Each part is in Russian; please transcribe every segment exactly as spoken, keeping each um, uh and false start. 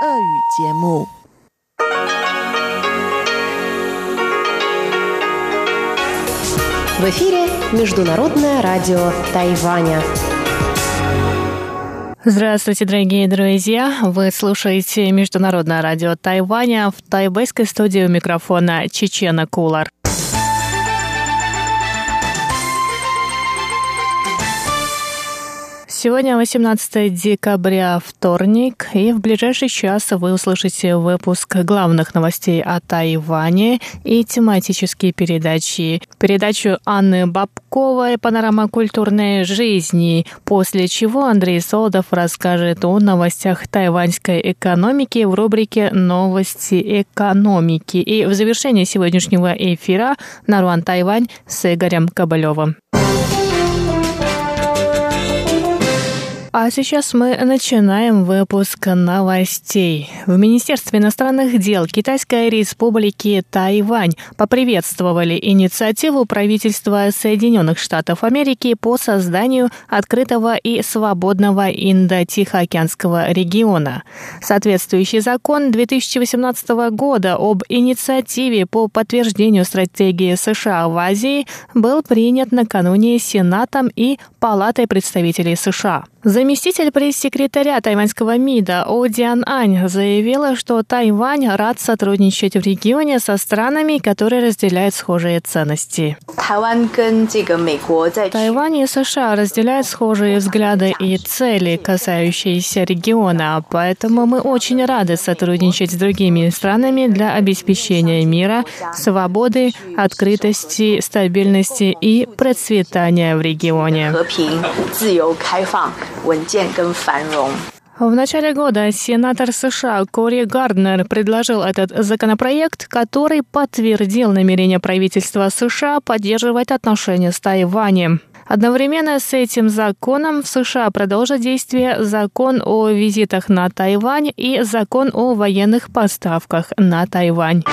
节目。 В эфире Международное радио Тайваня. Здравствуйте, дорогие друзья! Вы слушаете Международное радио Тайваня. В тайбэйской студии у микрофона Чечена Кулар. Сегодня восемнадцатое декабря, вторник, и в ближайший час вы услышите выпуск главных новостей о Тайване и тематические передачи. Передачу Анны Бабковой «Панорама культурной жизни», после чего Андрей Солодов расскажет о новостях тайваньской экономики в рубрике «Новости экономики». И в завершении сегодняшнего эфира «Наруан Тайвань» с Игорем Кобылевым. А сейчас мы начинаем выпуск новостей. В Министерстве иностранных дел Китайской Республики Тайвань поприветствовали инициативу правительства Соединенных Штатов Америки по созданию открытого и свободного Индо-Тихоокеанского региона. Соответствующий закон две тысячи восемнадцатого года об инициативе по подтверждению стратегии США в Азии был принят накануне Сенатом и Палатой представителей США. Заместитель пресс-секретаря тайваньского МИДа О Дзян Ань заявила, что Тайвань рад сотрудничать в регионе со странами, которые разделяют схожие ценности. Тайвань и США разделяют схожие взгляды и цели, касающиеся региона, поэтому мы очень рады сотрудничать с другими странами для обеспечения мира, свободы, открытости, стабильности и процветания в регионе. В начале года сенатор США Кори Гарднер предложил этот законопроект, который подтвердил намерение правительства США поддерживать отношения с Тайванем. Одновременно с этим законом в США продолжат действие закон о визитах на Тайвань и закон о военных поставках на Тайвань.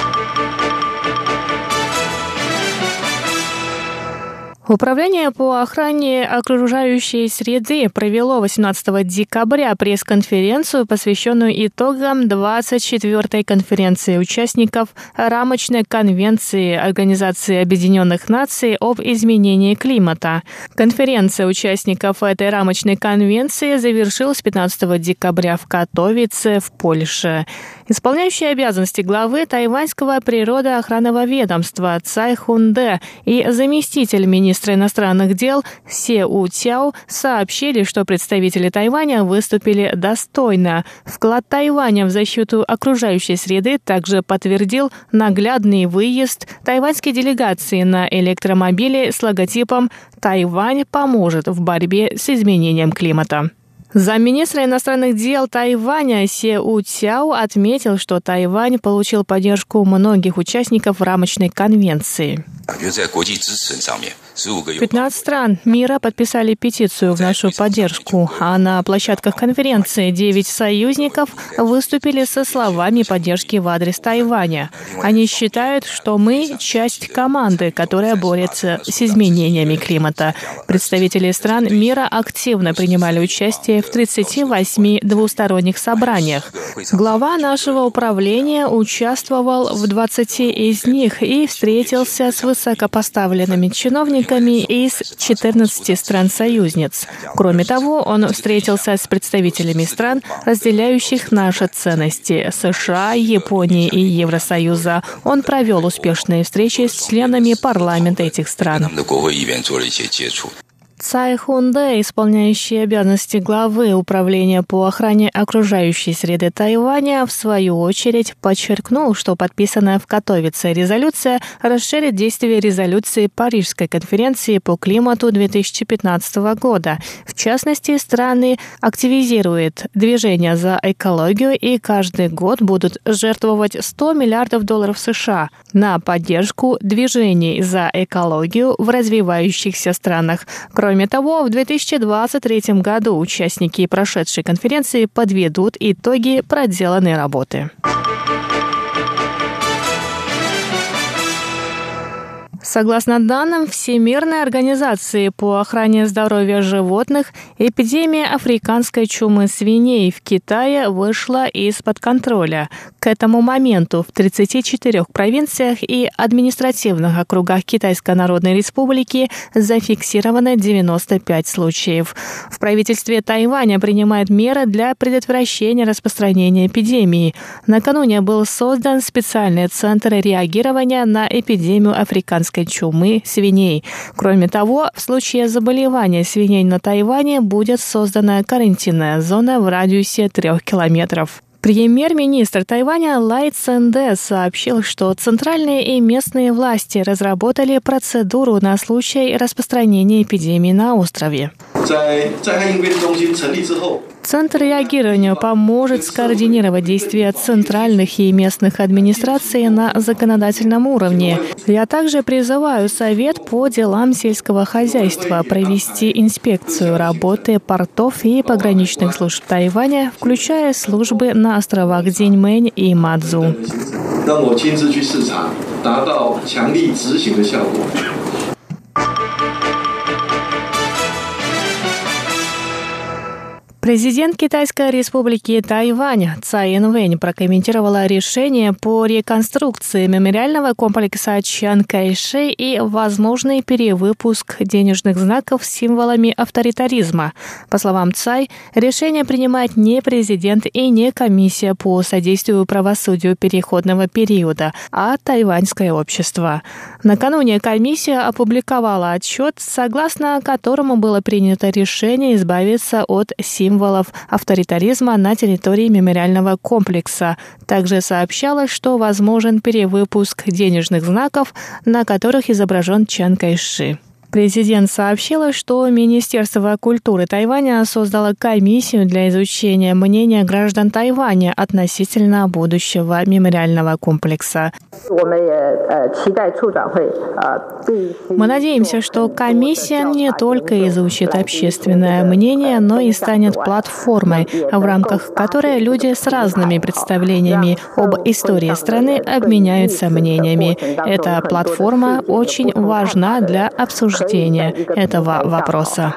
Управление по охране окружающей среды провело восемнадцатого декабря пресс-конференцию, посвященную итогам двадцать четвёртой конференции участников рамочной конвенции Организации Объединенных Наций об изменении климата. Конференция участников этой рамочной конвенции завершилась пятнадцатого декабря в Катовице, в Польше. Исполняющий обязанности главы тайваньского природоохранного ведомства Цай Хунде и заместитель министра иностранных дел Се У Цяо сообщили, что представители Тайваня выступили достойно. Вклад Тайваня в защиту окружающей среды также подтвердил наглядный выезд тайваньской делегации на электромобиле с логотипом «Тайвань поможет в борьбе с изменением климата». Замминистра иностранных дел Тайваня Се У Цяо отметил, что Тайвань получил поддержку многих участников рамочной конвенции. пятнадцать стран мира подписали петицию в нашу поддержку, а на площадках конференции девять союзников выступили со словами поддержки в адрес Тайваня. Они считают, что мы часть команды, которая борется с изменениями климата. Представители стран мира активно принимали участие в тридцати восьми двусторонних собраниях. Глава нашего управления участвовал в двадцати из них и встретился с высокопоставленными чиновниками из четырнадцати стран-союзниц. Кроме того, он встретился с представителями стран, разделяющих наши ценности – США, Японии и Евросоюза. Он провел успешные встречи с членами парламента этих стран. Цай Хунде, исполняющий обязанности главы Управления по охране окружающей среды Тайваня, в свою очередь подчеркнул, что подписанная в Катовице резолюция расширит действие резолюции Парижской конференции по климату две тысячи пятнадцатого года. В частности, страны активизируют движение за экологию и каждый год будут жертвовать сто миллиардов долларов США на поддержку движений за экологию в развивающихся странах. Кроме того, в две тысячи двадцать третьем году участники прошедшей конференции подведут итоги проделанной работы. Согласно данным Всемирной организации по охране здоровья животных, эпидемия африканской чумы свиней в Китае вышла из-под контроля. К этому моменту в тридцати четырёх провинциях и административных округах Китайской Народной Республики зафиксировано девяносто пять случаев. В правительстве Тайваня принимают меры для предотвращения распространения эпидемии. Накануне был создан специальный центр реагирования на эпидемию африканской чумы свиней. Кроме того, в случае заболевания свиней на Тайване будет создана карантинная зона в радиусе трех километров. Премьер-министр Тайваня Лай Цзэнде сообщил, что центральные и местные власти разработали процедуру на случай распространения эпидемии на острове. Центр реагирования поможет скоординировать действия центральных и местных администраций на законодательном уровне. Я также призываю Совет по делам сельского хозяйства провести инспекцию работы портов и пограничных служб Тайваня, включая службы на островах Дзиньмэнь и Мадзу. Президент Китайской республики Тайвань Цай Инвэнь прокомментировала решение по реконструкции мемориального комплекса Чан Кайши и возможный перевыпуск денежных знаков с символами авторитаризма. По словам Цай, решение принимает не президент и не комиссия по содействию правосудию переходного периода, а тайваньское общество. Накануне комиссия опубликовала отчет, согласно которому было принято решение избавиться от символов символов авторитаризма на территории мемориального комплекса. Также сообщалось, что возможен перевыпуск денежных знаков, на которых изображен Чан Кайши. Президент сообщила, что Министерство культуры Тайваня создало комиссию для изучения мнения граждан Тайваня относительно будущего мемориального комплекса. Мы надеемся, что комиссия не только изучит общественное мнение, но и станет платформой, в рамках которой люди с разными представлениями об истории страны обменяются мнениями. Эта платформа очень важна для обсуждения этого вопроса.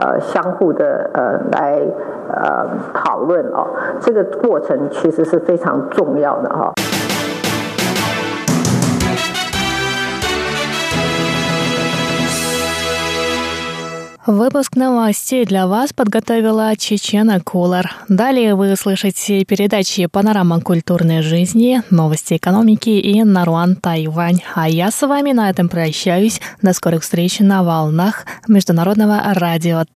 Выпуск новостей для вас подготовила Чечена Кулар. Далее вы услышите передачи «Панорама культурной жизни», «Новости экономики» и «Наруан Тайвань». А я с вами на этом прощаюсь. До скорых встреч на волнах Международного радио